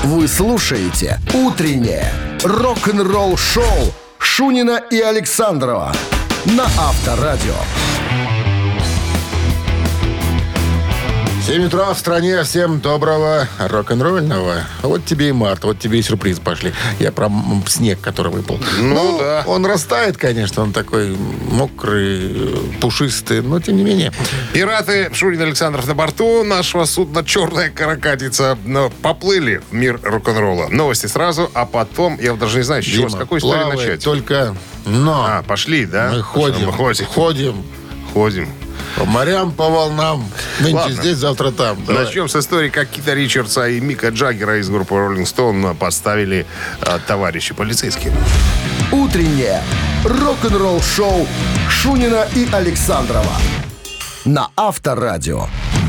Вы слушаете «Утреннее рок-н-ролл-шоу» Шунина и Александрова на Авторадио. 7 утра в стране. Всем доброго рок-н-ролльного. Вот тебе и март, вот тебе и сюрприз пошли. Я про снег, который выпал. Ну, да. Он растает, конечно, он такой мокрый, пушистый, но тем не менее. Пираты Шунин и Александров на борту нашего судна «Черная каракатица» поплыли в мир рок-н-ролла. Новости сразу, а потом, я даже не знаю, с чего, с какой истории начать. Только, пошли, да? Мы ходим. По морям, по волнам. Нынче здесь, завтра там. Давай. Начнем с истории, как Кита Ричардса и Мика Джаггера из группы Rolling Stone поставили товарищи полицейские. Утреннее рок-н-ролл-шоу Шунина и Александрова на Авторадио.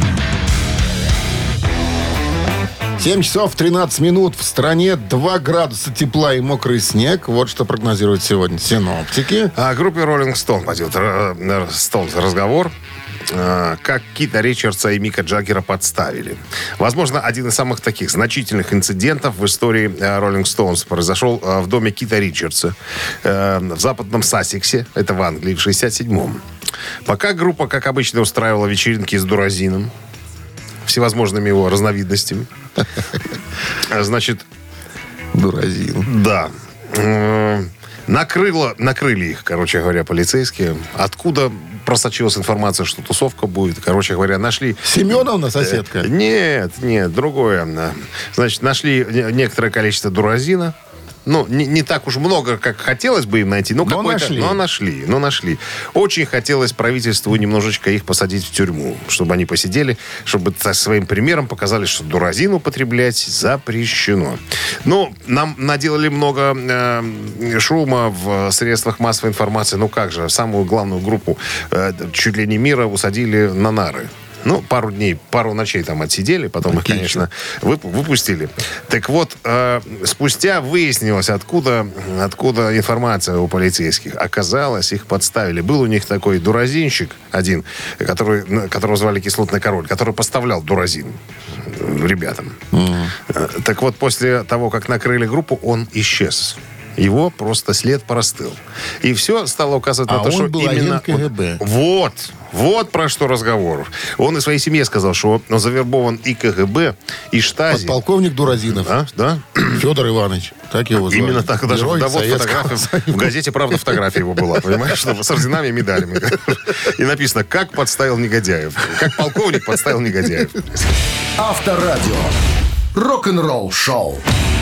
7 часов 13 минут. В стране 2 градуса тепла и мокрый снег. Вот что прогнозируют сегодня синоптики. О группе Rolling Stone пойдет разговор. Как Кита Ричардса и Мика Джаггера подставили. Возможно, один из самых таких значительных инцидентов в истории Rolling Stones произошел в доме Кита Ричардса в западном Сассексе, это в Англии, в 67-м. Пока группа, как обычно, устраивала вечеринки с дуразином, всевозможными его разновидностями. Значит... Дуразин. Да. Накрыли их, короче говоря, полицейские. Откуда просочилась информация, что тусовка будет? Короче говоря, нашли... Семеновна соседка? Нет, другое. Значит, нашли некоторое количество дуразина. Ну, не так уж много, как хотелось бы им найти. Но нашли. Очень хотелось правительству немножечко их посадить в тюрьму, чтобы они посидели, чтобы своим примером показали, что дуразин употреблять запрещено. Ну, нам наделали много шума в средствах массовой информации. Ну как же, самую главную группу чуть ли не мира усадили на нары. Ну, пару ночей там отсидели, потом их, конечно, выпустили. Так вот, спустя выяснилось, откуда информация у полицейских. Оказалось, их подставили. Был у них такой дуразинщик один, которого звали Кислотный король, который поставлял дуразин ребятам. Так вот, после того, как накрыли группу, он исчез. Его просто след простыл. И все стало указывать на то, что именно... КГБ. Вот про что разговор. Он и своей семье сказал, что он завербован и КГБ, и Штази. Подполковник Дуразинов. Да? Федор Иванович. Так его звали. Именно так. Даже в газете «Правда» фотография его была. Понимаешь? С орденами и медалями. И написано, как подставил негодяев. Как полковник подставил негодяев. Авторадио. Рок-н-ролл шоу.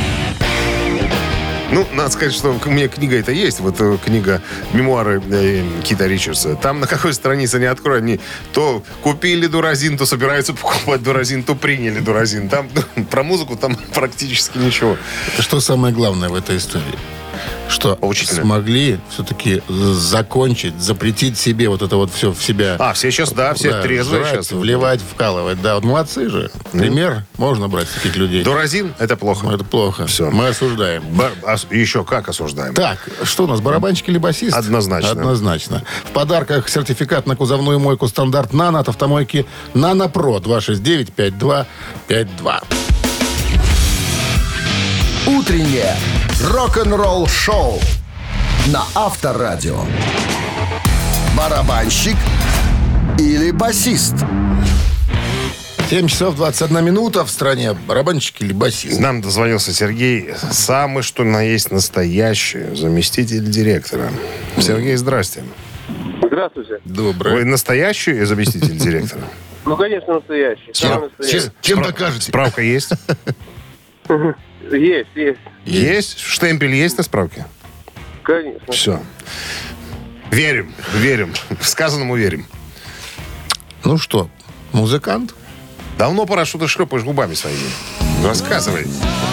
Ну, надо сказать, что у меня книга это есть. Вот книга «Мемуары Кита Ричардса». Там на какой странице не открой, они то купили дуразин, то собираются покупать дуразин, то приняли дуразин. Там про музыку там практически ничего. Это что самое главное в этой истории? Что смогли все-таки закончить, запретить себе вот это вот все в себя. Все сейчас, все трезвые жрать, сейчас. Вливать, вкалывать. Да, вот молодцы же. Пример можно брать с таких людей. Дуразин – это плохо. Это плохо. Все. Мы осуждаем. Еще как осуждаем. Так, что у нас, барабанщик или басист? Однозначно. В подарках сертификат на кузовную мойку «Стандарт Нано» от автомойки «Нано Про». 269-5252. Утреннее рок-н-ролл шоу на Авторадио. Барабанщик или басист? 7 часов 21 минута в стране. Барабанщик или басист? Нам дозвонился Сергей, самый что на есть настоящий заместитель директора. Сергей, здрасте. Здравствуйте. Добрый. Вы настоящий заместитель директора? Ну, конечно, настоящий. Чем докажете? Справка есть? Есть. Есть? Штемпель есть на справке? Конечно. Все. Верим. Сказанному верим. Ну что, музыкант? Давно пора, что ты шлепаешь губами своими. Рассказывай.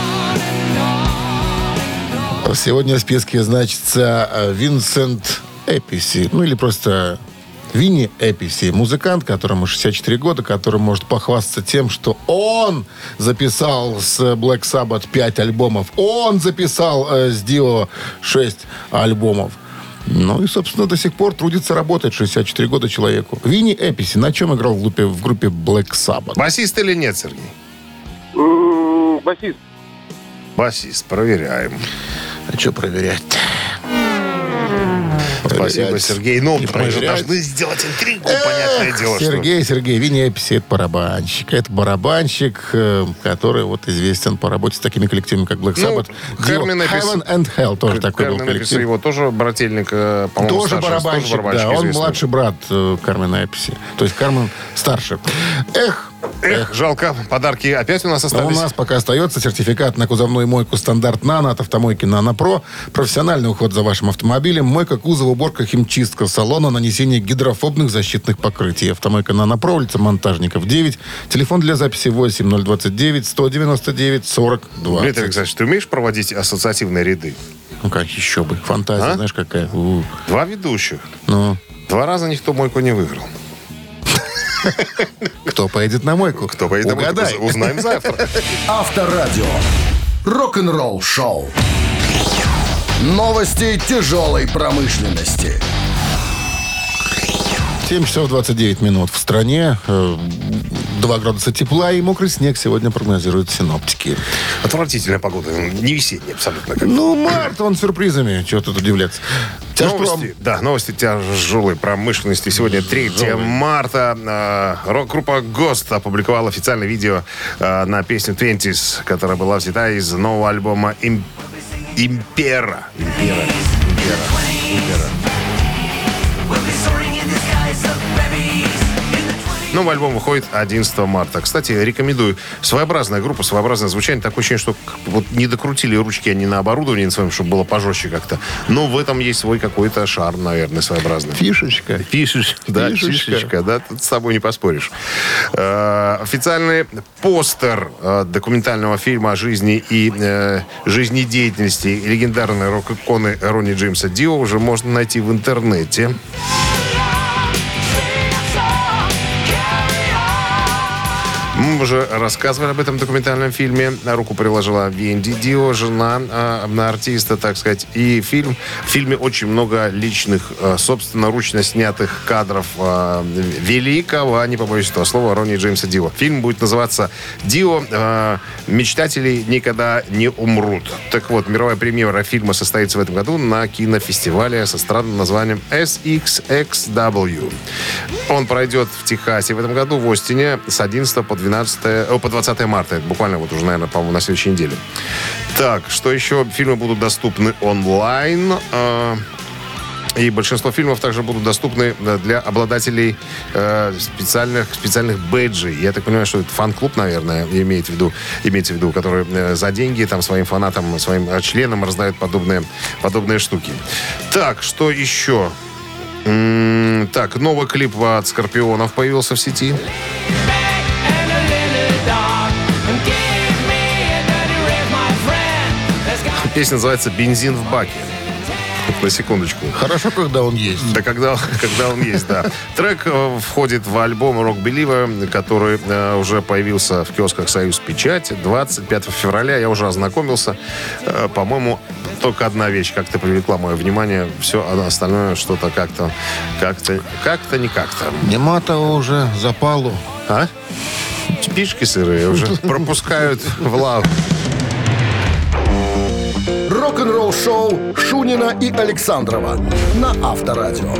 Сегодня в списке значится Винсент Эписи. Ну или просто Винни Эписи. Музыкант, которому 64 года, который может похвастаться тем, что он записал с Black Sabbath 5 альбомов. Он записал с Dio 6 альбомов. Ну и, собственно, до сих пор трудится, работает 64 года человеку. Винни Эписи на чем играл в группе Black Sabbath? Басист или нет, Сергей? Басист. Басист, проверяем. А что проверять? Спасибо, Сергей. Ну, мы же должны сделать интригу, понятное дело. Сергей, Винни Эписи — это барабанщик. Это барабанщик, который вот известен по работе с такими коллективами, как Black Sabbath. Heaven and Hell тоже такой был коллектив. Его тоже брательник, по-моему, тоже барабанщик, да. Он младший брат Кармена Эписи. То есть Кармен старше. Эх, жалко. Подарки опять у нас остались. У нас пока остается сертификат на кузовную мойку «Стандарт Нано» от автомойки «Нано Про». Профессиональный уход за вашим автомобилем. Мойка кузова, уборка, химчистка салона, нанесение гидрофобных защитных покрытий. Автомойка «Нано Про», улица Монтажников, 9. Телефон для записи 8-029-199-40-20. Дмитрий Александрович, ты умеешь проводить ассоциативные ряды? Ну как еще бы. Фантазия, знаешь, какая. Два ведущих. Ну. 2 раза никто мойку не выиграл. Кто поедет на мойку? Кто поедет на мойку? Узнаем завтра. Авторадио. Рок-н-ролл шоу. Новости тяжелой промышленности. 7 часов 29 минут в стране. 2 градуса тепла и мокрый снег сегодня прогнозируют синоптики. Отвратительная погода. Не весенняя абсолютно. Ну, март, он сюрпризами. Чего тут удивляться? Новости тяжелой промышленности. Сегодня 3 марта. Рок-группа Ghost опубликовала официальное видео на песню «Twenties», которая была взята из нового альбома «Импера». Новый альбом выходит 11 марта. Кстати, рекомендую. Своеобразная группа, своеобразное звучание. Такое ощущение, что вот не докрутили ручки они на оборудовании своем, чтобы было пожестче как-то. Но в этом есть свой какой-то шарм, наверное, своеобразный. Фишечка. Фишечка, да, тут с тобой не поспоришь. Официальный постер документального фильма о жизни и жизнедеятельности легендарной рок-иконы Ронни Джеймса Дио уже можно найти в интернете. Мы уже рассказывали об этом документальном фильме. Руку приложила Венди Дио, жена артиста, так сказать. И в фильме очень много личных, собственноручно снятых кадров великого, не побоюсь этого слова, Ронни Джеймса Дио. Фильм будет называться «Дио. Мечтатели никогда не умрут». Так вот, мировая премьера фильма состоится в этом году на кинофестивале со странным названием SXXW. Он пройдет в Техасе в этом году, в Остине, с 11 по 20 марта. Это буквально вот уже, наверное, по-моему, на следующей неделе. Так, что еще? Фильмы будут доступны онлайн. И большинство фильмов также будут доступны для обладателей специальных бейджей. Я так понимаю, что это фан-клуб, наверное, имеется в виду, который за деньги там своим фанатам, своим членам раздают подобные штуки. Так, что еще? Так, новый клип от Скорпионов появился в сети. Песня называется «Бензин в баке». На секундочку. Хорошо, когда он есть. Да, когда он есть, да. Трек входит в альбом «Rock Believer», который уже появился в киосках «Союз Печать» 25 февраля. Я уже ознакомился. По-моему, только одна вещь как-то привлекла мое внимание. Все остальное что-то как-то не как-то. Нема-то уже запалу. А? Спички сырые уже пропускают в лаву. Рок-н-ролл шоу Шунина и Александрова на Авторадио.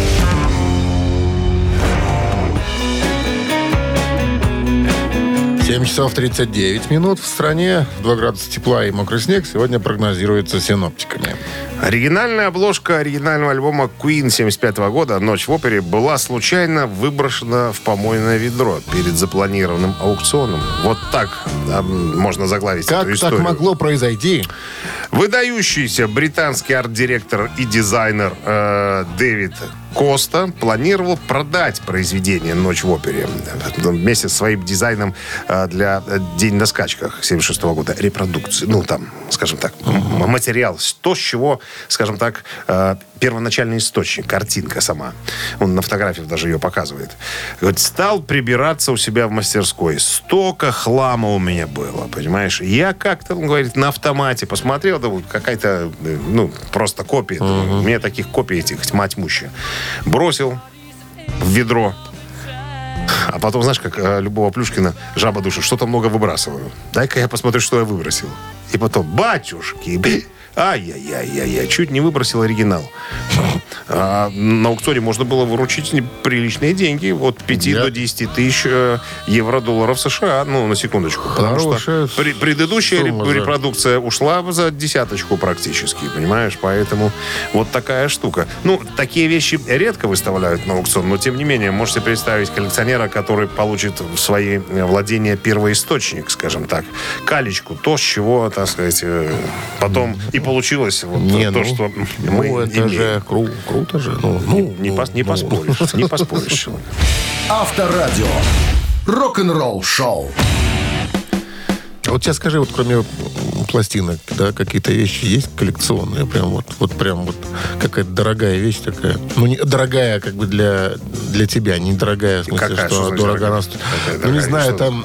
7 часов 39 минут. В стране 2 градуса тепла и мокрый снег сегодня прогнозируется синоптиками. Оригинальная обложка оригинального альбома Queen 1975 года «Ночь в опере» была случайно выброшена в помойное ведро перед запланированным аукционом. Вот так можно заглавить эту историю. Как так могло произойти? Выдающийся британский арт-директор и дизайнер Дэвид Коста планировал продать произведение «Ночь в опере» вместе со своим дизайном для «День на скачках» 1976 года. Репродукции, скажем так, материал. То, с чего, скажем так, первоначальный источник, картинка сама. Он на фотографиях даже ее показывает. Говорит, стал прибираться у себя в мастерской. Столько хлама у меня было, понимаешь? Я как-то, он говорит, на автомате посмотрел, да вот какая-то, просто копия. У меня таких копий этих тьма тьмущая. Бросил в ведро. А потом, знаешь, как любого Плюшкина, жаба душит, что-то много выбрасываю. Дай-ка я посмотрю, что я выбросил. И потом, батюшки, ай-яй-яй-яй-яй, чуть не выбросил оригинал. А на аукционе можно было выручить приличные деньги. От 5 до 10 тысяч евро-долларов США. Ну, на секундочку. Потому что предыдущая репродукция ушла за десяточку практически, понимаешь? Поэтому вот такая штука. Ну, такие вещи редко выставляют на аукцион, но, тем не менее, можете представить коллекционера, который получит в свои владения первоисточник, скажем так, калечку, то, с чего, так сказать, потом и получилось вот то, что мы это имеем. Же круто же. Не поспоришь. Не поспоришь. Авторадио. Рок-н-ролл шоу. Вот сейчас скажи, вот кроме пластинок, да, какие-то вещи есть коллекционные? Прям вот какая-то дорогая вещь такая. Ну, не дорогая как бы для тебя, не дорогая в смысле, Какая, что дорого она стоит. Ну, не знаю, там...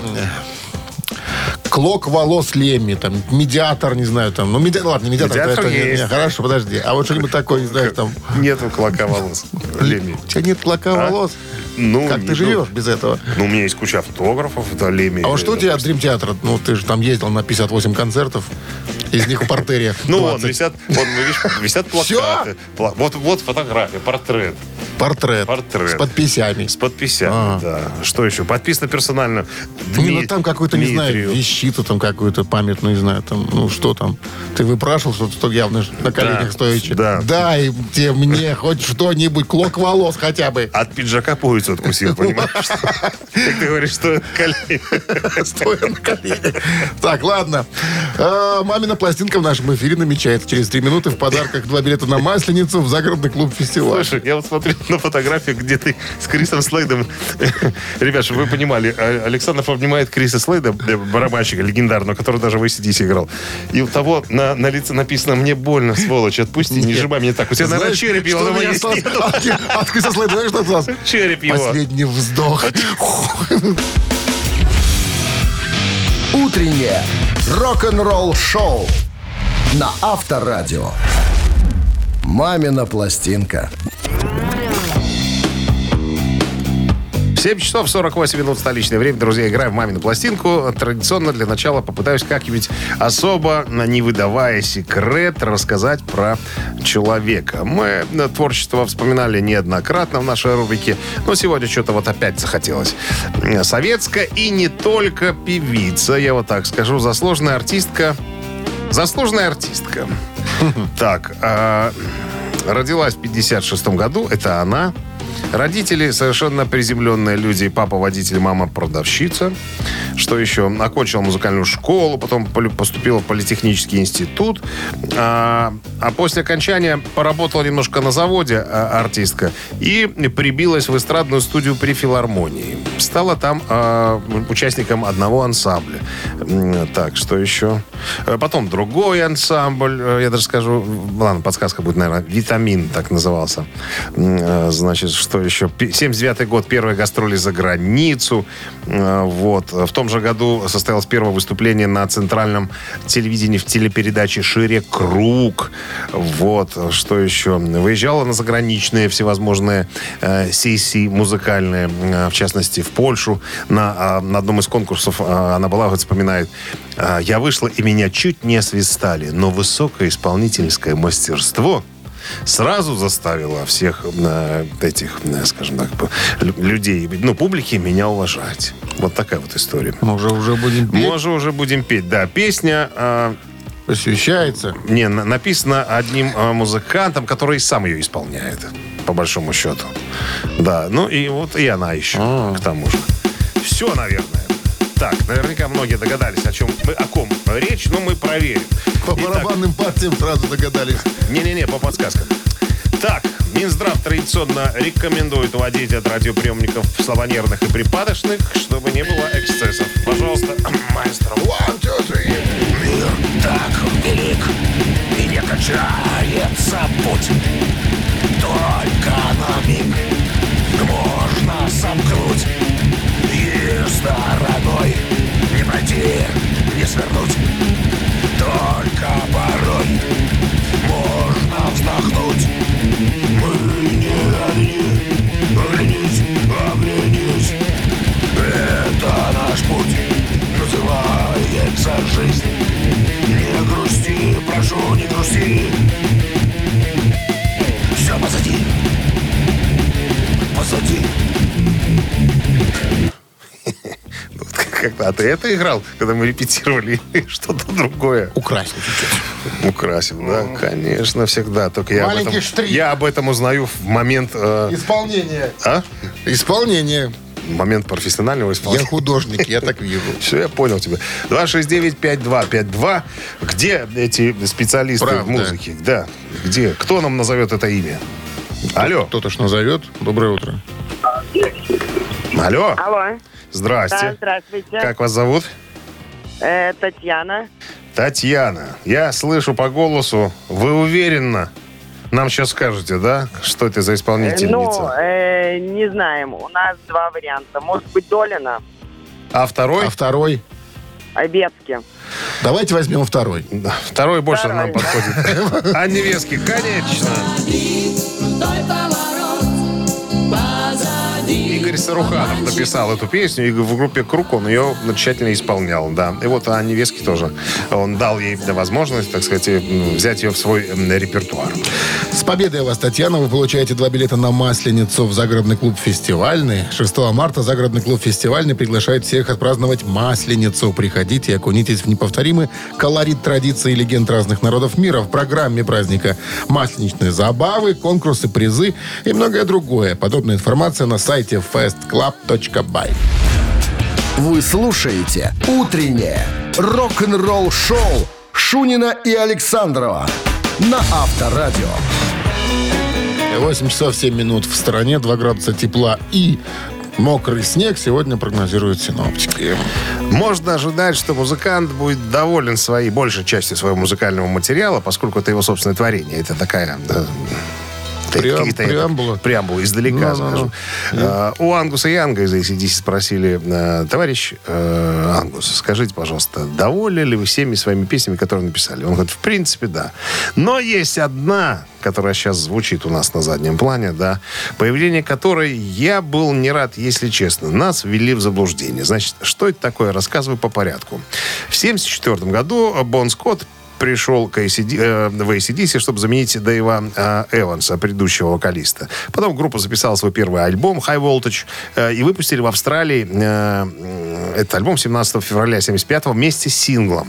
Клок волос Лемми, там, медиатор, не знаю, там. Ну, ладно, медиатор это есть. Хорошо, подожди. А вот что-нибудь такое, не знаю, там. Нету клока волос Лемми. У тебя нет клока волос? Ну, как ты живешь без этого? Ну, у меня есть куча автографов, это Лемми. А вот что у тебя от Дрим Театра? Ну, ты же там ездил на 58 концертов, из них в портере. Ну, вон, висят плакаты. Вот фотография, портрет. Портрет. С подписями. С подписями, да. Что еще? Подписано персонально. Ну, там какую-то, не знаю, вещицу там какую-то памятную, не знаю, там, ну, что там. Ты выпрашивал что-то явно на коленях стоящее. Да. Дай мне хоть что-нибудь, клок волос хотя бы. От пиджака пуговицу откусил, понимаешь? Как ты говоришь, стоит колени. Стоя на коленях. Так, ладно. Мамина пластинка в нашем эфире намечается. Через 3 минуты в подарках 2 билета на Масленицу в загородный клуб «Фестиваль». Слушай, я вот смотрю на фотографию, где ты с Крисом Слейдом. Ребят, чтобы вы понимали, Александр обнимает Криса Слейда, барабанщика легендарного, который даже в ACDC играл. И у того на лице написано: «Мне больно, сволочь, отпусти, не сжимай меня так». У тебя, наверное, череп его дома есть. От Криса Слейда, знаешь, что осталось? Череп его. Последний вздох. Утреннее рок-н-ролл шоу на Авторадио. Мамина пластинка. 7 часов 48 минут столичное время. Друзья, играем в мамину пластинку. Традиционно для начала попытаюсь как-нибудь особо, не выдавая секрет, рассказать про человека. Мы творчество вспоминали неоднократно в нашей рубрике, но сегодня что-то вот опять захотелось. Советская и не только певица, я вот так скажу, заслуженная артистка. Так, родилась в 56 году, это она. Родители совершенно приземленные люди. Папа водитель, мама продавщица. Что еще? Окончила музыкальную школу, потом поступила в политехнический институт. А после окончания поработала немножко на заводе артистка и прибилась в эстрадную студию при филармонии. Стала там участником одного ансамбля. Так, что еще? Потом другой ансамбль. Я даже скажу, ладно, подсказка будет, наверное, «Витамин» так назывался. Значит, что еще? 79-й год, первые гастроли за границу. Вот. В том же году состоялось первое выступление на центральном телевидении в телепередаче «Шире круг». Вот. Что еще? Выезжала на заграничные всевозможные сессии музыкальные, в частности, в Польшу. На одном из конкурсов она была, вот вспоминает: «Я вышла, и меня чуть не освистали, но высокое исполнительское мастерство сразу заставило всех этих, скажем так, людей, публики меня уважать». Вот такая вот история. Мы уже будем петь? Мы уже будем петь, да. Песня... посвящается? Не, написана одним музыкантом, который сам ее исполняет, по большому счету. Да, ну и вот и она еще, к тому же. Все, наверное. Так, наверняка многие догадались, о ком речь, но мы проверим. По барабанным партиям сразу догадались. Не-не-не, по подсказкам. Так, Минздрав традиционно рекомендует уводить от радиоприемников слабонервных и припадочных, чтобы не было эксцессов. Пожалуйста, маэстро. 1, 2, 3. Мир так велик, и не качается путь. Только на миг можно сомкнуть, и стороной не пройти, не свернуть. Только порой можно вздохнуть. Мы не одни, оглянись, оглянись. Это наш путь, называется жизнь. Не грусти. Все позади. Позади. А ты это играл, когда мы репетировали, или что-то другое? Украсил чуть-чуть. Украсил, да, конечно, всегда. Только Маленький штрих. я об этом узнаю в момент... Исполнение. А? Исполнение. Момент профессионального исполнения. Я художник, я так вижу. Все, я понял тебя. 269-5252. Где эти специалисты в музыке? Да, где? Кто нам назовет это имя? Алло. Кто-то ж назовет. Доброе утро. Алло. Алло. Здрасте. Да, здравствуйте. Как вас зовут? Татьяна. Татьяна. Я слышу по голосу. Вы уверенно нам сейчас скажете, да? Что это за исполнительница? Не знаем. У нас два варианта. Может быть, Долина. А второй? А второй? Обедски. Давайте возьмем второй. Да, второй больше Второй, нам подходит. А невестки, конечно. Игорь Саруханов написал эту песню, и в группе «Круг» он ее тщательно исполнял, да. И вот Анне Веске тоже. Он дал ей возможность, так сказать, взять ее в свой репертуар. С победой вас, Татьяна. Вы получаете 2 билета на Масленицу в загородный клуб «Фестивальный». 6 марта загородный клуб «Фестивальный» приглашает всех отпраздновать Масленицу. Приходите и окунитесь в неповторимый колорит традиций и легенд разных народов мира. В программе праздника масленичные забавы, конкурсы, призы и многое другое. Подробная информация на сайте festclub.by. Вы слушаете «Утреннее рок-н-ролл-шоу» Шунина и Александрова на Авторадио. 8 часов 7 минут в стороне, 2 градуса тепла и мокрый снег сегодня прогнозируют синоптики. Можно ожидать, что музыкант будет доволен своей большей частью своего музыкального материала, поскольку это его собственное творение. Это такая... Преамбула. Преамбула, издалека скажу. У Ангуса Янга из AC/DC спросили: товарищ Ангус, скажите, пожалуйста, довольны ли вы всеми своими песнями, которые написали? Он говорит, в принципе, да. Но есть одна, которая сейчас звучит у нас на заднем плане, да, появление которой я был не рад, если честно. Нас ввели в заблуждение. Значит, что это такое? Рассказываю по порядку. В 1974 году Бон Скотт пришел в AC/DC, чтобы заменить Дэйва Эванса, предыдущего вокалиста. Потом группа записала свой первый альбом «High Voltage» и выпустили в Австралии этот альбом 17 февраля 1975 вместе с синглом.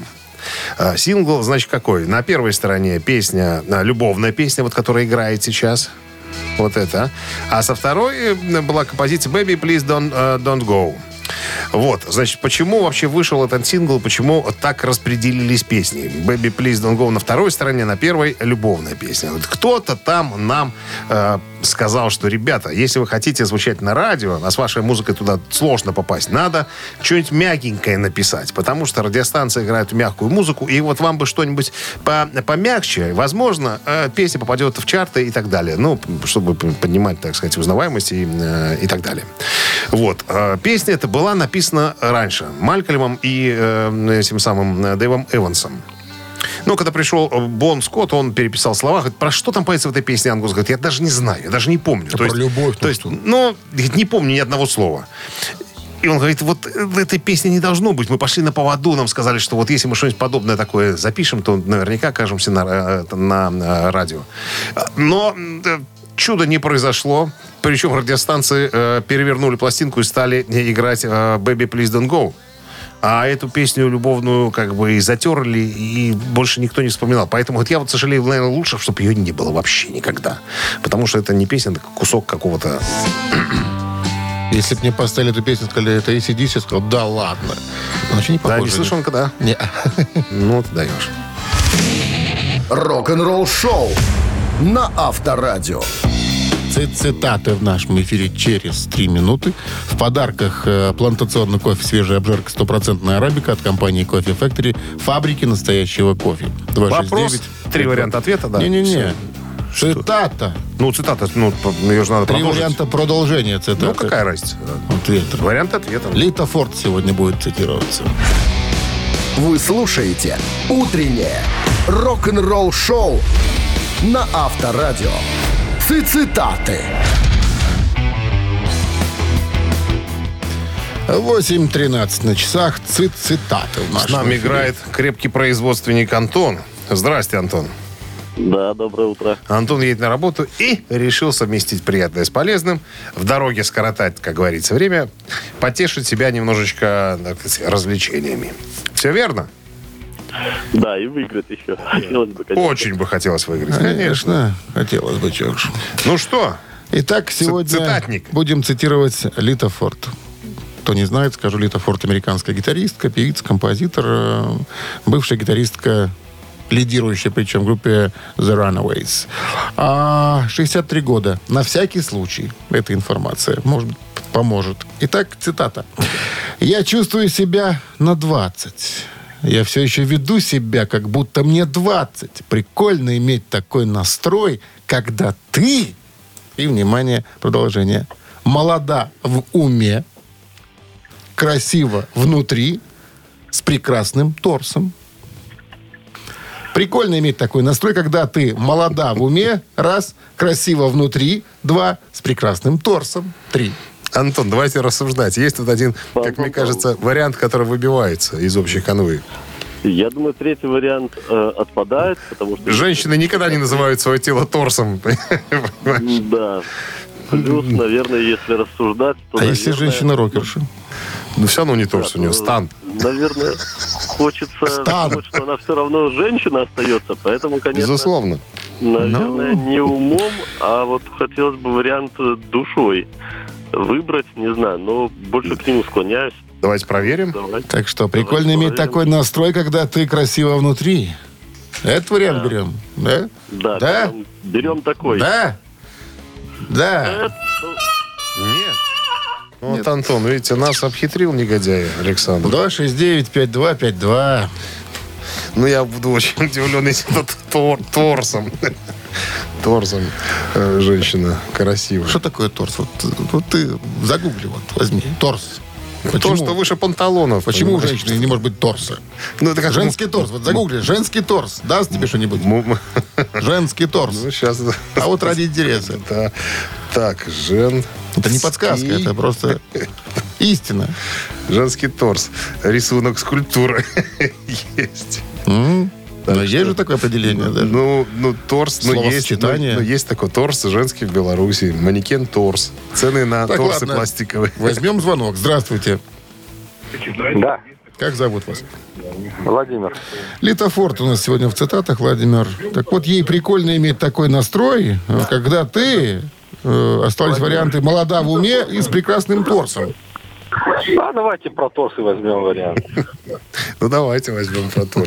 Сингл, значит, какой? На первой стороне песня, любовная песня, вот которая играет сейчас. Вот это. А со второй была композиция «Baby, please don't go». Вот, значит, почему вообще вышел этот сингл, почему так распределились песни? «Baby, please don't go» на второй стороне, на первой любовная песня. Вот кто-то там нам сказал, что, ребята, если вы хотите звучать на радио, а с вашей музыкой туда сложно попасть, надо что-нибудь мягенькое написать, потому что радиостанции играют мягкую музыку, и вот вам бы что-нибудь помягче, возможно, песня попадет в чарты и так далее. Ну, чтобы поднимать, так сказать, узнаваемость и так далее. Вот. Песня эта была написана раньше Малькольмом и этим самым Дэйвом Эвансом. Но когда пришел Бон Скотт, он переписал слова. Говорит, про что там поется в этой песне? Ангус говорит, я даже не знаю, я даже не помню. Про любовь. То есть, ну, не помню ни одного слова. И он говорит, вот этой песни не должно быть. Мы пошли на поводу, нам сказали, что вот если мы что-нибудь подобное такое запишем, то наверняка окажемся на радио. Но чудо не произошло. Причем радиостанции перевернули пластинку и стали играть «Baby, please don't go». А эту песню любовную как бы и затерли, и больше никто не вспоминал. Поэтому вот я вот сожалею, наверное, лучше, чтобы ее не было вообще никогда. Потому что это не песня, это кусок какого-то... Если бы мне поставили эту песню, сказали, это AC/DC, я сказал, да ладно. Она вообще не похожа. Да, не слышал никогда? Не. Ну, ты даешь. Рок-н-ролл шоу на Авторадио. Цитаты в нашем эфире через 3 минуты. В подарках плантационный кофе, свежая обжарка, 100% арабика от компании Coffee Factory, фабрики настоящего кофе. 269. Вопрос, 3 варианта ответа, да? Не-не-не. Цитата. Ну, цитата, ее же надо 3 продолжить. варианта продолжения цитаты. Ну, какая разница? Ответ. Вариант ответа. Лита Форд сегодня будет цитироваться. Вы слушаете «Утреннее рок-н-ролл шоу» на Авторадио. Цитаты. 8:13 на часах. Цитаты в нашем С нами эфире. играет крепкий производственник Антон. Здрасте, Антон. Да, доброе утро. Антон едет на работу и решил совместить приятное с полезным. В дороге скоротать, как говорится, время. Потешить себя немножечко, так сказать, развлечениями. Все верно? Да, и выиграть еще. Хотелось бы, конечно. Очень бы хотелось выиграть. Конечно, хотелось бы, чё уж. Ну что? Итак, сегодня Цитатник. будем цитировать Лита Форд. Кто не знает, скажу, Лита Форд — американская гитаристка, певица, композитор, бывшая гитаристка, лидирующая, причем, в группе The Runaways. 63 года. На всякий случай. Эта информация, может быть, поможет. Итак, цитата. «Я чувствую себя на 20. Я все еще веду себя, как будто мне 20. Прикольно иметь такой настрой, когда ты...» И, внимание, продолжение. «Молода в уме, красиво внутри, с прекрасным торсом». Прикольно иметь такой настрой, когда ты молода в уме, раз, красиво внутри, два, с прекрасным торсом, три. Антон, давайте рассуждать. Есть тут один, как мне кажется, вариант, который выбивается из общей канвы. Я думаю, третий вариант отпадает, потому что... Женщины никогда не называют свое тело торсом. Да. Плюс, наверное, если рассуждать, то... А если женщина-рокерша? Ну, все равно не торс, у нее стан. Наверное, хочется думать, что она все равно женщина остается, поэтому, конечно... Безусловно. Наверное, не умом, а вот хотелось бы вариант душой выбрать, не знаю, но больше к нему склоняюсь. Давайте проверим. Давайте. Так что, прикольно иметь такой настрой, когда ты красиво внутри. Этот вариант берем, да? Да, Да? берем такой. Да? Да. Нет. Вот, Антон, видите, нас обхитрил негодяй Александр. 269-5252. Ну, я буду очень удивлен, если это торсом. Торсом женщина красивая. Что такое торс? Вот ты загугли, вот возьми. Торс. То, что выше панталонов. Почему у женщины не может быть торса? Ну, это как Женский торс. Вот загугли. Женский торс. Даст тебе что-нибудь? Женский торс. Ну, сейчас... А вот ради интереса. Да. Так, Это не подсказка, это просто истина. Женский торс. Рисунок, скульптура есть. Но есть же такое определение, да? Ну, торс, Словосочетание. есть такой торс женский в Беларуси. Манекен торс. Цены на Так, торсы ладно. пластиковые. Возьмем звонок. Здравствуйте. Да, Как зовут вас? Владимир. Лита Форд у нас сегодня в цитатах, Владимир. Так вот, ей прикольно иметь такой настрой, когда ты... остались варианты «молода в уме» и «с прекрасным торсом». А давайте про торсы возьмем вариант. Ну, давайте возьмем про торс.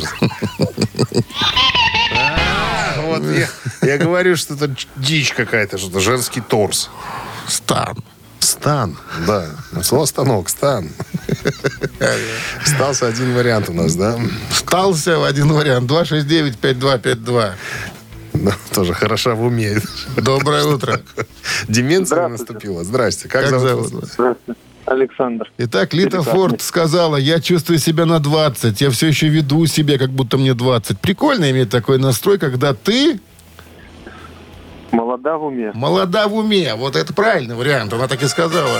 Вот я говорю, что это дичь какая-то, что-то женский торс. Стан. Стан, да. Слово станок, стан. Остался один вариант у нас, да? Стался в один вариант. 269-5252. Ну, тоже хороша в уме. Доброе утро. Деменция наступила. Здрасте. Как зовут вас? Здравствуйте. Александр. Итак, Лита Форд сказала: «Я чувствую себя на 20. Я все еще веду себя, как будто мне 20». Прикольно иметь такой настрой, когда ты... Молода в уме. Молода в уме. Вот это правильный вариант. Она так и сказала.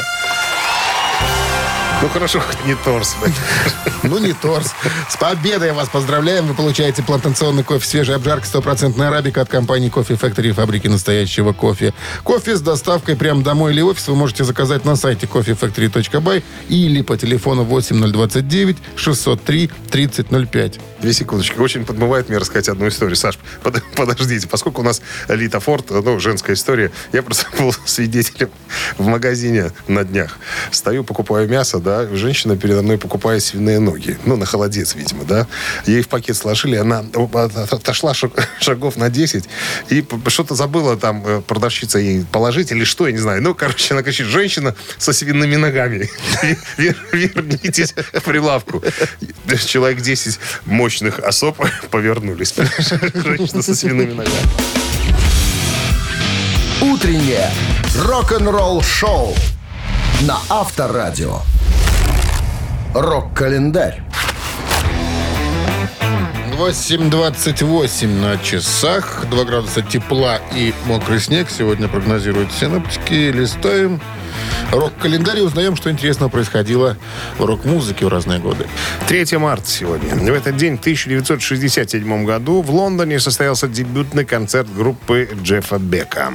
Ну, хорошо, хоть не торс. Ну, не торс. С победой вас поздравляем. Вы получаете плантационный кофе свежей обжарки 100% арабика от компании Coffee Factory, фабрики настоящего кофе. Кофе с доставкой прямо домой или в офис вы можете заказать на сайте coffeefactory.by или по телефону 8029 603 3005. 2 секундочки. Очень подмывает мне рассказать одну историю. Саш, подождите. Поскольку у нас Лита Форд, ну, женская история, я просто был свидетелем в магазине на днях. Стою, покупаю мясо, да, женщина передо мной покупает свиные ноги. Ну, на холодец, видимо, да. Ей в пакет сложили, она отошла шагов на 10 и что-то забыла там продавщица ей положить или что, я не знаю. Ну, короче, она кричит: «Женщина со свиными ногами, вернитесь к прилавку». Человек 10 мощных особ повернулись. Женщина со свиными ногами. Утреннее рок-н-ролл-шоу на Авторадио. Рок-календарь. 8:28 на часах. 2 градуса тепла и мокрый снег сегодня прогнозируют синоптики. Листаем. рок-календарь и узнаем, что интересного происходило в рок-музыке в разные годы. 3 марта сегодня. В этот день, в 1967 году, в Лондоне состоялся дебютный концерт группы Джеффа Бека.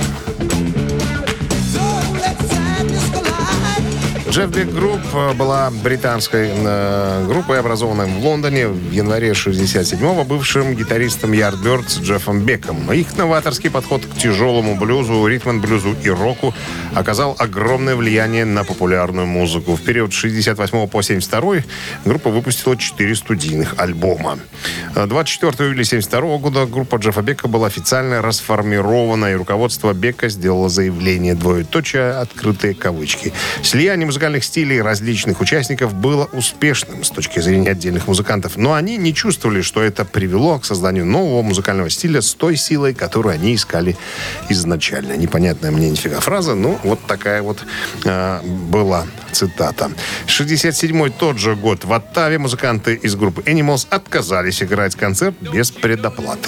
Джефф Бек Групп была британской группой, образованной в Лондоне в январе 1967-го бывшим гитаристом Yardbirds Джеффом Беком. Их новаторский подход к тяжелому блюзу, ритм-н-блюзу и року оказал огромное влияние на популярную музыку. В период с 1968 по 1972 группа выпустила 4 студийных альбома. 24 июля 1972 года группа Джеффа Бека была официально расформирована, и руководство Бека сделало заявление, двоеточие, открытые кавычки. Слияние музыкальных стилей различных участников было успешным с точки зрения отдельных музыкантов, но они не чувствовали, что это привело к созданию нового музыкального стиля с той силой, которую они искали изначально. Непонятная мне нифига фраза, но вот такая вот была цитата. 67-й тот же год в Оттаве музыканты из группы Animals отказались играть концерт без предоплаты.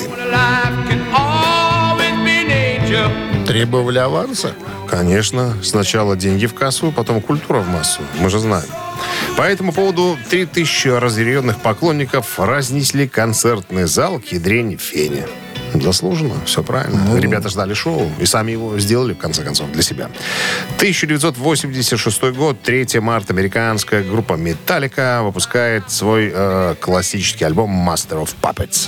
Требовали аванса? Конечно. Сначала деньги в кассу, потом культура в массу. Мы же знаем. По этому поводу 3000 разъяренных поклонников разнесли концертный зал к ядрене фене. Заслуженно, все правильно. Ребята ждали шоу и сами его сделали, в конце концов, для себя. 1986 год, 3 марта, американская группа Metallica выпускает свой классический альбом Master of Puppets.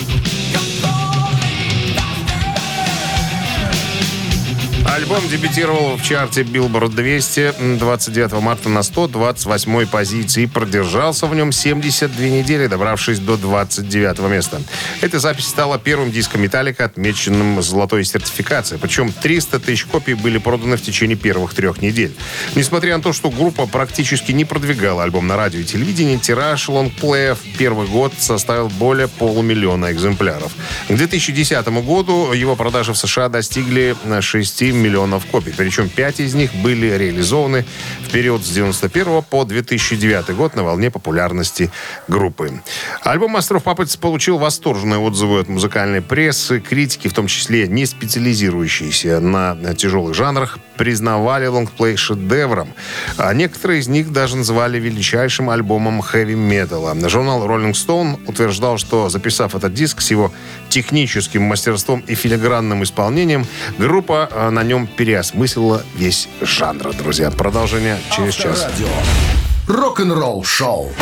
Альбом дебютировал в чарте Billboard 200 29 марта на 128-й позиции и продержался в нем 72 недели, добравшись до 29-го места. Эта запись стала первым диском Metallica, отмеченным золотой сертификацией. Причем 300 тысяч копий были проданы в течение первых 3 недель. Несмотря на то, что группа практически не продвигала альбом на радио и телевидении, тираж лонгплея в первый год составил более 500 000 экземпляров. К 2010 году его продажи в США достигли 6 миллионов копий. Причем 5 из них были реализованы в период с 1991 по 2009 год на волне популярности группы. Альбом Master of Puppets получил восторженные отзывы от музыкальной прессы. Критики, в том числе не специализирующиеся на тяжелых жанрах, признавали лонгплей шедевром. А некоторые из них даже называли величайшим альбомом хэви-металла. Журнал Rolling Stone утверждал, что, записав этот диск с его техническим мастерством и филигранным исполнением, группа на нем переосмыслила весь жанр. Друзья, продолжение через час. Рок-н-ролл шоу.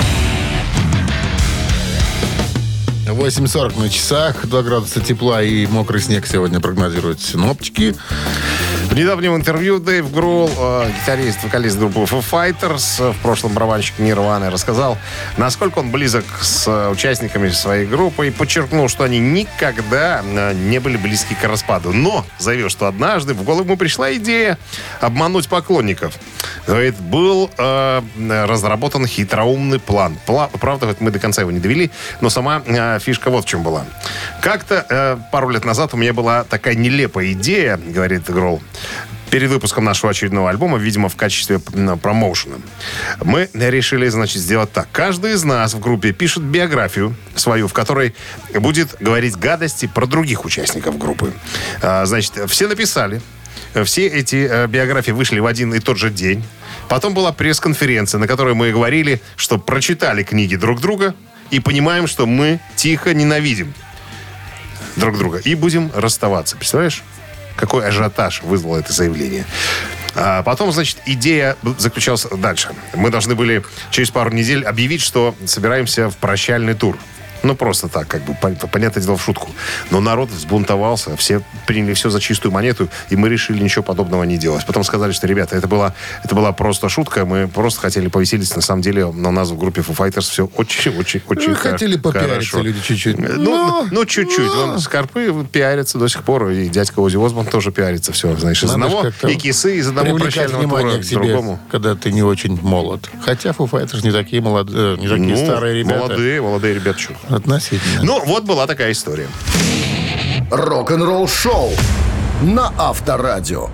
8:40 на часах. 2 градуса тепла и мокрый снег сегодня прогнозируют синоптики. В недавнем интервью Дэйв Гроул, гитарист, вокалист группы Foo Fighters, в прошлом барабанщик Нирваны, рассказал, насколько он близок с участниками своей группы и подчеркнул, что они никогда не были близки к распаду. Но заявил, что однажды в голову ему пришла идея обмануть поклонников. Говорит, был разработан хитроумный план. Правда, мы до конца его не довели, но сама фишка вот в чем была. Как-то пару лет назад у меня была такая нелепая идея, говорит Гроул, перед выпуском нашего очередного альбома, видимо, в качестве промоушена. Мы решили, значит, сделать так. Каждый из нас в группе пишет биографию свою, в которой будет говорить гадости про других участников группы. Значит, все написали. Все эти биографии вышли в один и тот же день. Потом была пресс-конференция, на которой мы говорили, что прочитали книги друг друга и понимаем, что мы тихо ненавидим друг друга и будем расставаться. Представляешь? Какой ажиотаж вызвало это заявление. А потом, значит, идея заключалась дальше. Мы должны были через пару недель объявить, что собираемся в прощальный тур. Ну, просто так, как бы, понятное дело, в шутку. Но народ взбунтовался, все приняли все за чистую монету, и мы решили ничего подобного не делать. Потом сказали, что, ребята, это была просто шутка, мы просто хотели повеселиться. На самом деле, у нас в группе Foo Fighters все очень-очень хорошо. Хотели попиариться люди чуть-чуть. Ну, чуть-чуть. Вон, Скорпы пиарятся до сих пор, и дядька Оззи Осборн тоже пиарится. Все, знаешь, из одного, и кисы, из одного прощального тура к другому. Когда ты не очень молод. Хотя Foo Fighters не такие молодые, не такие старые ребята. Молодые ребята, что? Относительно. Ну, вот была такая история. Рок-н-ролл шоу на Авторадио.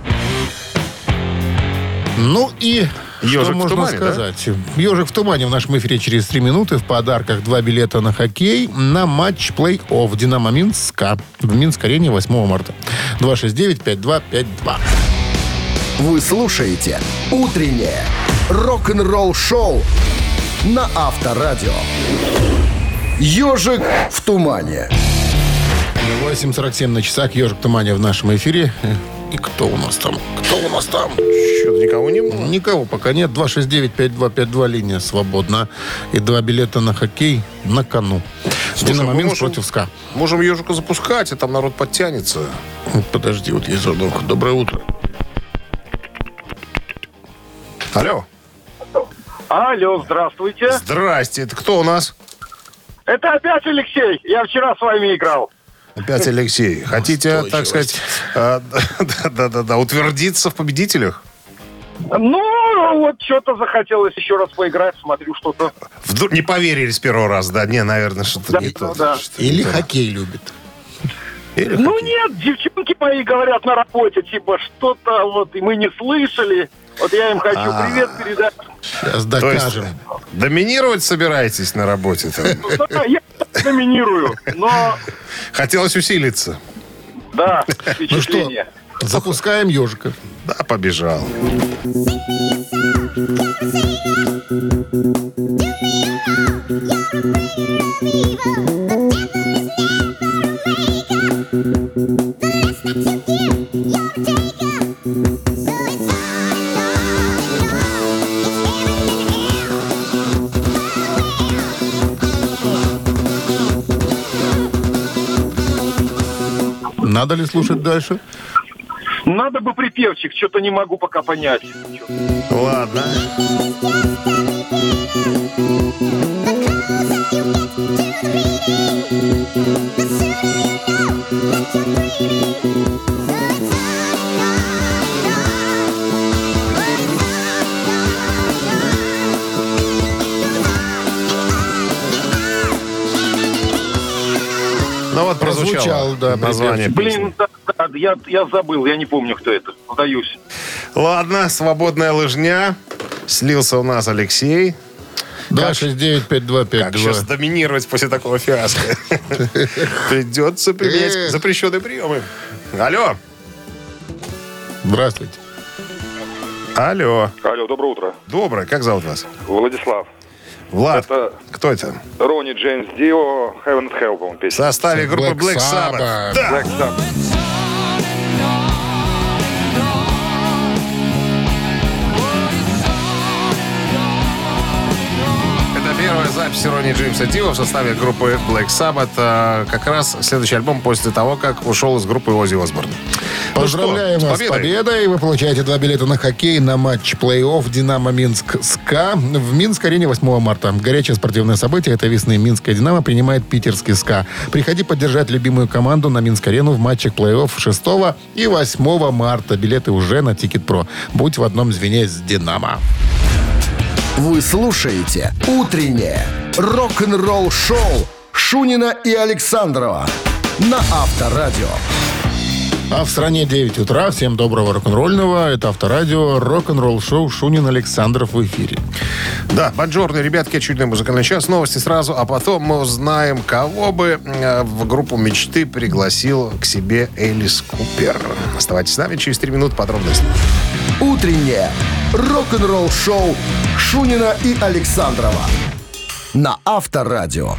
Ну и «Ежик что в можно тумане», сказать? «Ежик в тумане» в нашем эфире через 3 минуты. В подарках 2 билета на хоккей на матч плей-офф «Динамо Минска» в Минск-арене 8 марта. 269-5252. Вы слушаете «Утреннее рок-н-ролл-шоу» на Авторадио. «Ежик в тумане». 8:47 на часах. «Ежик в тумане» в нашем эфире. И кто у нас там? Что-то никого не было. Никого пока нет. 269-5252, линия свободна. И 2 билета на хоккей на кону. «Динамо Минск» против СКА. Можем ежика запускать, и там народ подтянется. Подожди, вот есть звонок. Доброе утро. Алло. Алло, здравствуйте. Здрасте. Это кто у нас? Это опять Алексей. Я вчера с вами играл. Опять Алексей. Хотите, так сказать, утвердиться в победителях? Ну, вот что-то захотелось еще раз поиграть. Смотрю, что-то... Вдруг не поверили с первого раза, да? Не, наверное, что-то Да, не то. да. Или хоккей любит. Или Ну хоккей. нет, девчонки мои говорят на работе, типа, что-то вот, и мы не слышали. Вот я им хочу привет передать. Сейчас То есть докажем. доминировать собираетесь на работе? Там? Ну, да, я доминирую, но, Хотелось усилиться. да, Ну что, впечатление. запускаем ежика. Да, побежал. Надо ли слушать дальше? Надо бы припевчик, что-то не могу пока понять. Ладно. Ну вот прозвучало да, название песни. Блин, да, я забыл, я не помню, кто это. Сдаюсь. Ладно, свободная лыжня. Слился у нас Алексей. 269-5252. Как сейчас доминировать после такого фиаско? Придется применять запрещенные приемы. Алло. Здравствуйте. Алло. Алло, доброе утро. Доброе. Как зовут вас? Владислав. Влад. Это Кто это? Ронни Джеймс Дио, Heaven and Hell, по-моему, В песня. составе группы Black Sabbath. Да. Black Sabbath. Это первая запись Ронни Джеймса Дио в составе группы Black Sabbath. Как раз следующий альбом после того, как ушел из группы Оззи Осборн. Поздравляем вас с победой. Вы получаете 2 билета на хоккей на матч плей-офф «Динамо Минск» СКА в Минск-арене 8 марта. Горячее спортивное событие этой весны. Минская «Динамо» принимает питерский СКА. Приходи поддержать любимую команду на Минск-арену в матчах плей-офф 6 и 8 марта. Билеты уже на Тикет.Про. Будь в одном звене с «Динамо». Вы слушаете «Утреннее рок-н-ролл-шоу» Шунина и Александрова на Авторадио. А в стране 9 утра. Всем доброго рок-н-ролльного. Это Авторадио, рок-н-ролл-шоу «Шунин, Александров» в эфире. Да, бонжорно, ребятки, очередной музыкальный час. Новости сразу, а потом мы узнаем, кого бы в группу мечты пригласил к себе Элис Купер. Оставайтесь с нами, через 3 минуты подробности. «Утреннее рок-н-ролл-шоу» Шунина и Александрова на Авторадио.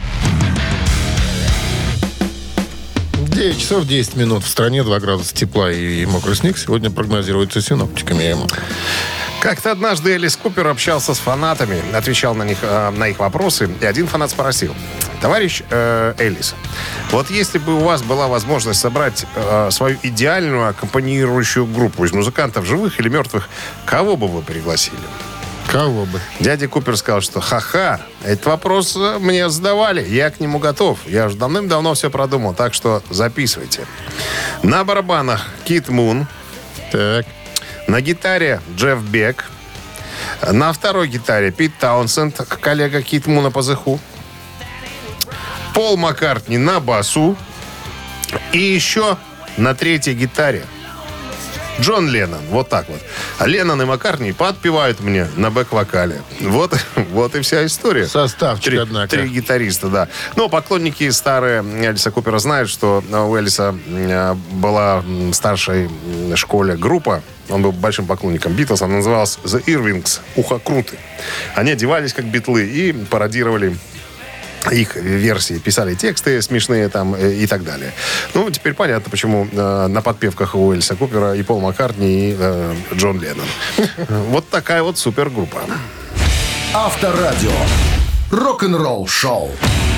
9 часов 10 минут. В стране 2 градуса тепла и мокрый снег сегодня прогнозируется синоптиками. Как-то однажды Элис Купер общался с фанатами, отвечал на их вопросы, и один фанат спросил: товарищ Элис, вот если бы у вас была возможность собрать свою идеальную аккомпанирующую группу из музыкантов, живых или мертвых, кого бы вы пригласили? Кого бы? Дядя Купер сказал, что ха-ха, этот вопрос мне задавали, я к нему готов. Я уже давным-давно все продумал, так что записывайте. На барабанах Кит Мун. Так. На гитаре Джефф Бек. На второй гитаре Пит Таунсенд, коллега Кит Муна по зэху. Пол Маккартни на басу. И еще на третьей гитаре Джон Леннон. Вот так вот. А Леннон и Маккартни подпевают мне на бэк-вокале. Вот и вся история. Составчик, однако. 3 гитариста, да. Но поклонники старые Элиса Купера знают, что у Элиса была в старшей школе группа Он был большим поклонником Битлз. Она называлась The Irvings, ухокруты. Они одевались как битлы и пародировали их версии, писали тексты смешные там и так далее. Ну, теперь понятно, почему на подпевках у Эльса Купера и Пол Маккартни, и Джон Леннон. Вот такая вот супергруппа. Авторадио. Рок-н-ролл шоу.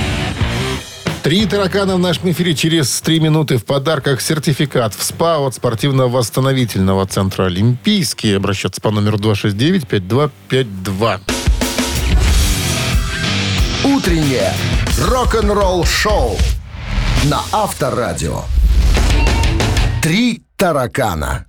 3 таракана в нашем эфире через 3 минуты. В подарках сертификат в СПА от спортивно-восстановительного центра «Олимпийский». Обращаться по номеру 269-5252. Утреннее рок-н-ролл шоу на Авторадио. 3 таракана.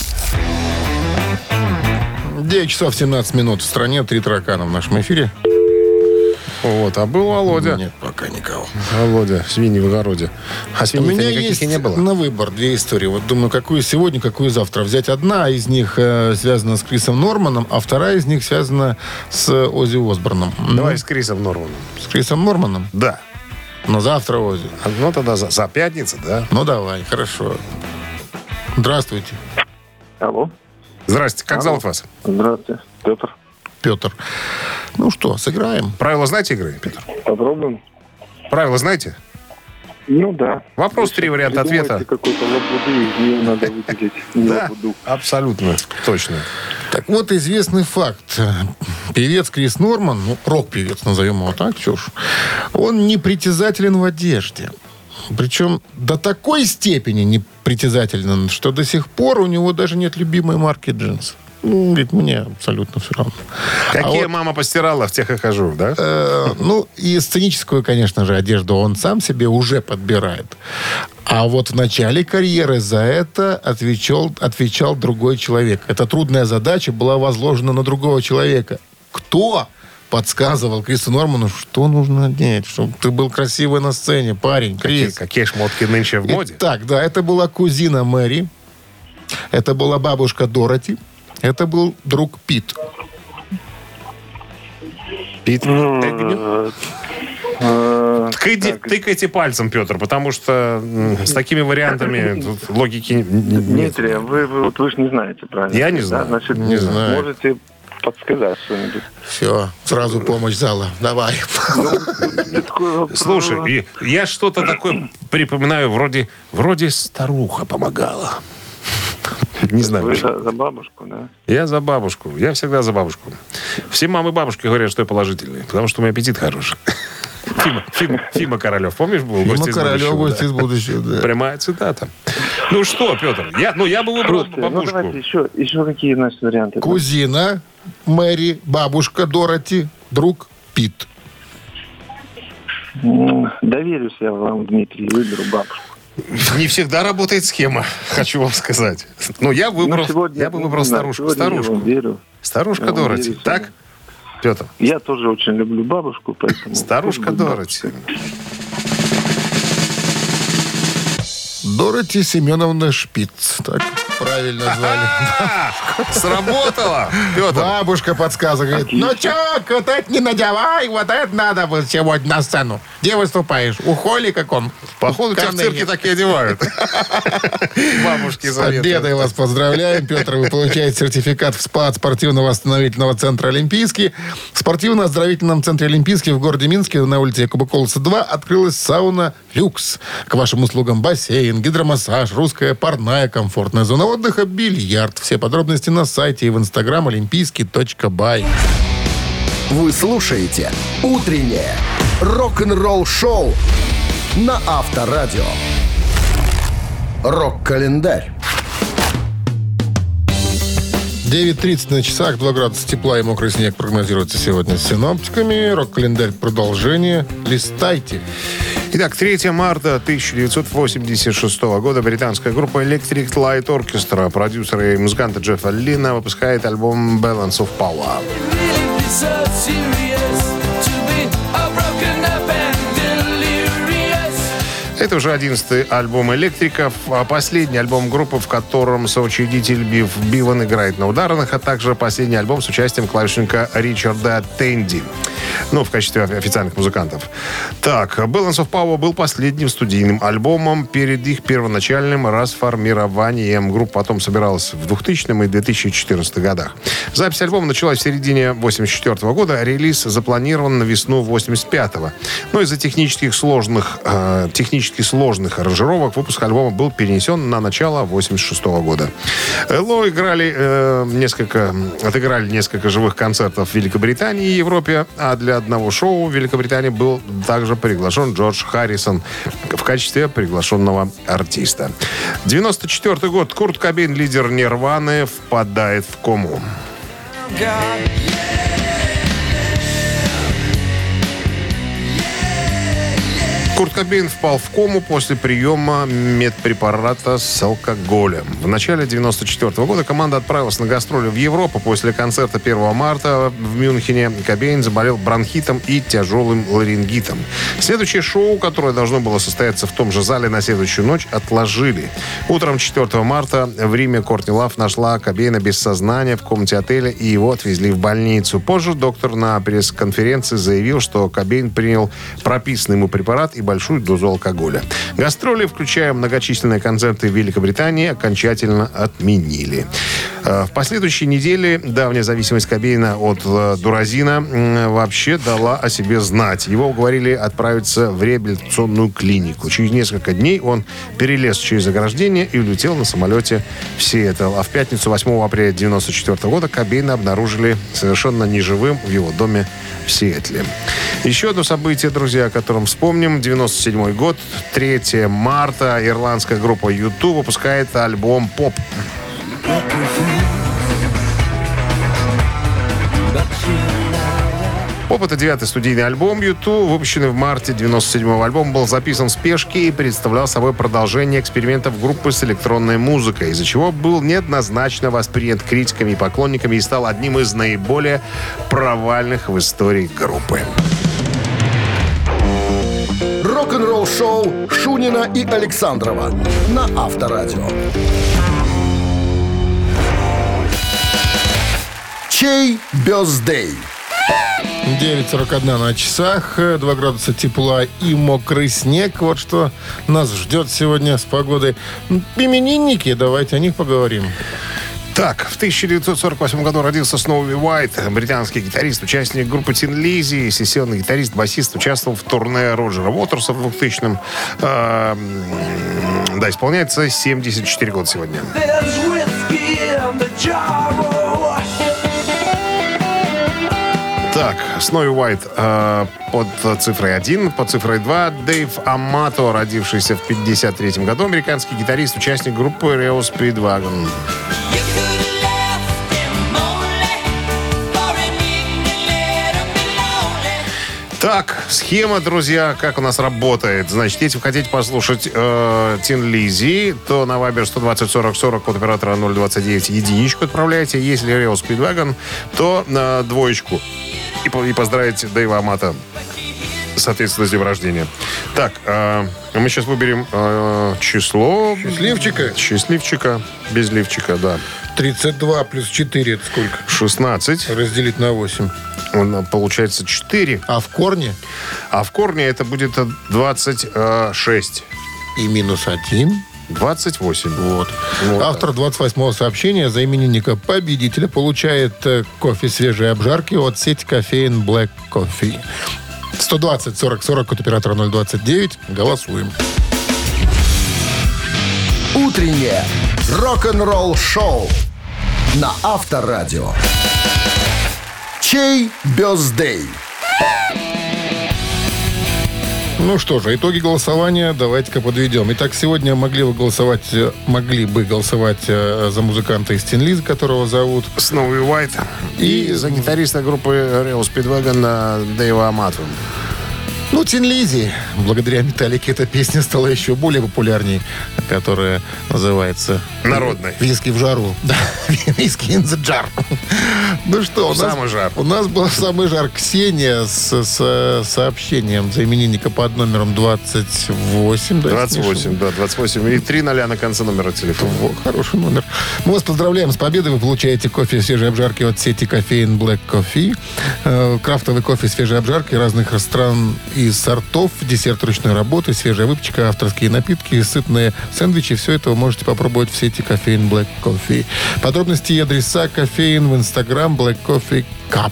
9 часов 17 минут в стране. 3 таракана в нашем эфире. Вот, а был Володя. Нет, пока никого. Володя, свиньи в огороде. А У свиней меня никаких есть и не было. на выбор 2 истории. Вот думаю, какую сегодня, какую завтра. Взять одна из них связана с Крисом Норманом, а вторая из них связана с Оззи Осборном. Давай с Крисом Норманом. С Крисом Норманом? Да. Но завтра Оззи. Ну, тогда за пятницу, да? Ну, давай, хорошо. Здравствуйте. Алло. Здрасте, как зовут вас? Здравствуйте, Петр. Петр. Ну что, сыграем? Правила знаете игры, Петр? Попробуем? Правила знаете? Ну да. Вопрос, 3 варианта ответа. Какой-то лабуду, из нее надо выделить. Да, абсолютно точно. Так вот, известный факт. Певец Крис Норман, ну, рок-певец, назовем его так, чё ж, он непритязателен в одежде. Причем до такой степени непритязателен, что до сих пор у него даже нет любимой марки джинсов. Ну, говорит, мне абсолютно все равно. Какие мама постирала, в тех и хожу, да? Ну, и сценическую, конечно же, одежду он сам себе уже подбирает. А вот в начале карьеры за это отвечал другой человек. Эта трудная задача была возложена на другого человека. Кто подсказывал Крису Норману, что нужно одеть, чтобы ты был красивый на сцене, парень, Крис. Какие шмотки нынче в моде? Так, да, это была кузина Мэри, это была бабушка Дороти, это был друг Пит. Пит Эгню? Тыкайте пальцем, Петр, потому что с такими вариантами тут логики нет. Дмитрий, вы же не знаете правильно. Я не знаю. Да? Значит, не знаю. Можете подсказать что-нибудь. Все, сразу помощь зала. Давай. Слушай, я что-то такое припоминаю, вроде старуха помогала. Не знаю. Вы за бабушку, да? Я за бабушку. Я всегда за бабушку. Все мамы и бабушки говорят, что я положительный, потому что у меня аппетит хороший. Фима Королев, помнишь, был? Фима Королев, гость из будущего, да. Прямая цитата. Ну что, Петр, я бы выбрал бабушку. Ну, давайте еще какие, значит, варианты. Кузина Мэри, бабушка Дороти, друг Пит. Доверюсь я вам, Дмитрий, выберу бабушку. Не всегда работает схема, хочу вам сказать. Но я бы выбрал старушку. Старушка Дороти. Так, Петр? Я тоже очень люблю бабушку, поэтому... Старушка Дороти. Дороти Семеновна Шпиц. Так правильно звали. Сработало, Петр. Бабушка подсказывает. Ну чё, вот это не надевай, вот это надо вот сегодня на сцену. Где выступаешь? У Холли каком? Походу, тебя в цирке так и одевают. Бабушки советуют. С победой вас поздравляем, Петр. Вы получаете сертификат в СПА от спортивно-восстановительного центра «Олимпийский». В спортивно-оздоровительном центре «Олимпийский» в городе Минске на улице Якуба Колоса 2 открылась сауна «Люкс». К вашим услугам бассейн, гидромассаж, русская парная, комфортная зона отдыха, бильярд. Все подробности на сайте и в инстаграм олимпийский.бай. Вы слушаете «Утреннее рок-н-ролл-шоу» на Авторадио. Рок-календарь. 9:30 на часах, 2 градуса тепла и мокрый снег прогнозируется сегодня с синоптиками. Рок-календарь продолжение. Листайте. Итак, 3 марта 1986 года британская группа Electric Light Orchestra, продюсеры и музыканты Джеффа Лина, выпускает альбом Balance of Power. Это уже 11-й альбом «Электриков», а последний альбом группы, в котором соучредитель Биф Биван играет на ударных, а также последний альбом с участием клавишника Ричарда Тенди. Ну, в качестве официальных музыкантов. Так, Balance of Power был последним студийным альбомом перед их первоначальным расформированием. Группа потом собиралась в 2000 и 2014 годах. Запись альбома началась в середине 1984 года, релиз запланирован на весну 1985. Но из-за технически сложных аранжировок выпуск альбома был перенесен на начало 1986 года. Эло отыграли несколько живых концертов в Великобритании и Европе, а для одного шоу в Великобритании был также приглашен Джордж Харрисон в качестве приглашенного артиста. 1994 год. Курт Кобейн, лидер Нирваны, впадает в кому. Курт Кобейн впал в кому после приема медпрепарата с алкоголем. В начале 1994 года команда отправилась на гастроли в Европу. После концерта 1 марта в Мюнхене Кобейн заболел бронхитом и тяжелым ларингитом. Следующее шоу, которое должно было состояться в том же зале на следующую ночь, отложили. Утром 4 марта в Риме Кортни Лав нашла Кобейна без сознания в комнате отеля, и его отвезли в больницу. Позже доктор на пресс-конференции заявил, что Кобейн принял прописанный ему препарат и большую дозу алкоголя. Гастроли, включая многочисленные концерты в Великобритании, окончательно отменили. В последующие недели давняя зависимость Кобейна от дуразина вообще дала о себе знать. Его уговорили отправиться в реабилитационную клинику. Через несколько дней он перелез через ограждение и улетел на самолете в Сиэтл. А в пятницу 8 апреля 1994 года Кобейна обнаружили совершенно неживым в его доме в Сиэтле. Еще одно событие, друзья, о котором вспомним. 97 год, 3 марта. Ирландская группа U2 выпускает альбом «Поп». «Поп» — это 9-й студийный альбом U2, выпущенный в марте 97-го. Альбом был записан в спешке и представлял собой продолжение экспериментов группы с электронной музыкой, из-за чего был неоднозначно воспринят критиками и поклонниками и стал одним из наиболее провальных в истории группы. Рок-н-ролл-шоу Шунина и Александрова на Авторадио. Чей бёздей? 9:41 на часах, 2 градуса тепла и мокрый снег. Вот что нас ждет сегодня с погодой. Именинники, давайте о них поговорим. Так, в 1948 году родился Сноуи Уайт, британский гитарист, участник группы Тин Лизи, сессионный гитарист, басист, участвовал в турне Роджера Уотерса в 2000-м. Да, исполняется 74 года сегодня. Так, Сноуи Уайт под цифрой 1, под цифрой 2. Дэйв Амато, родившийся в 1953 году, американский гитарист, участник группы Reo Speedwagon. Так, схема, друзья, как у нас работает. Значит, если вы хотите послушать Тин Лизи, то на Viber 120-40-40, код оператора 029, единичку отправляйте. Если Reo Speedwagon, то на двоечку. И поздравить Дэйва Амато, соответственно, с днем рождения. Так, мы сейчас выберем число... Счастливчика? Счастливчика, без лифчика, да. 32 плюс 4 это сколько? 16. Разделить на 8. Получается 4. А в корне? А в корне это будет 26. И минус 1. 28. Вот. Автор 28-го сообщения за именинника победителя получает кофе свежей обжарки от сети кофеин Black Coffee. 120-40-40, код оператора 029. Голосуем. Утреннее рок-н-ролл-шоу на Авторадио. Чей бёздей? Ну что же, итоги голосования давайте-ка подведем. Итак, сегодня могли бы голосовать за музыканта из Тин Лизи, которого зовут Сноуи Уайт, и за гитариста группы Reo Speedwagon Дэйва Амато. Ну, Тин Лизи. Благодаря Металлике эта песня стала еще более популярней, которая называется... Народной. «Виски в жару». Да, «Виски in the jar». Ну что, у нас был самый жар. Ксения с сообщением за именинника под номером 28. 28, да, 28. И 3 0 на конце номера телефона. Хороший номер. Мы вас поздравляем с победой. Вы получаете кофе свежей обжарки от сети кофеин Black Coffee. Крафтовый кофе свежей обжарки разных стран и сортов, десерт ручной работы, свежая выпечка, авторские напитки, сытные сэндвичи. Все это вы можете попробовать в сети кофеин Black Coffee. Подробности и адреса кофеин в Instagram Black Coffee Cup.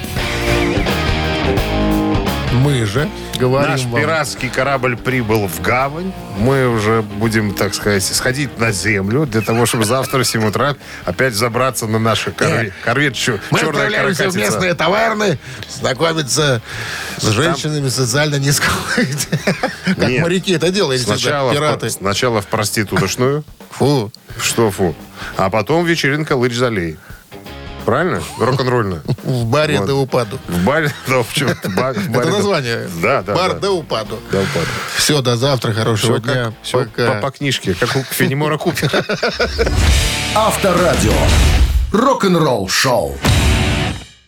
Мы же говорим Наш вам... пиратский корабль прибыл в гавань. Мы уже будем, так сказать, сходить на землю для того, чтобы завтра в 7 утра опять забраться на наши корвет. Мы отправляемся в местные таверны, знакомиться с женщинами социально низкого. Как моряки это делают, пираты. Сначала в проституточную. Фу. Что фу? А потом вечеринка лыч-залей. Правильно? Рок-н-ролльно. В баре до упаду. В баре, да, в чем? Это название. Да. Бар до упаду. До упаду. Все, до завтра, хорошего дня. Все по книжке, как у Фенемора Купера. Авторадио. Рок-н-ролл шоу.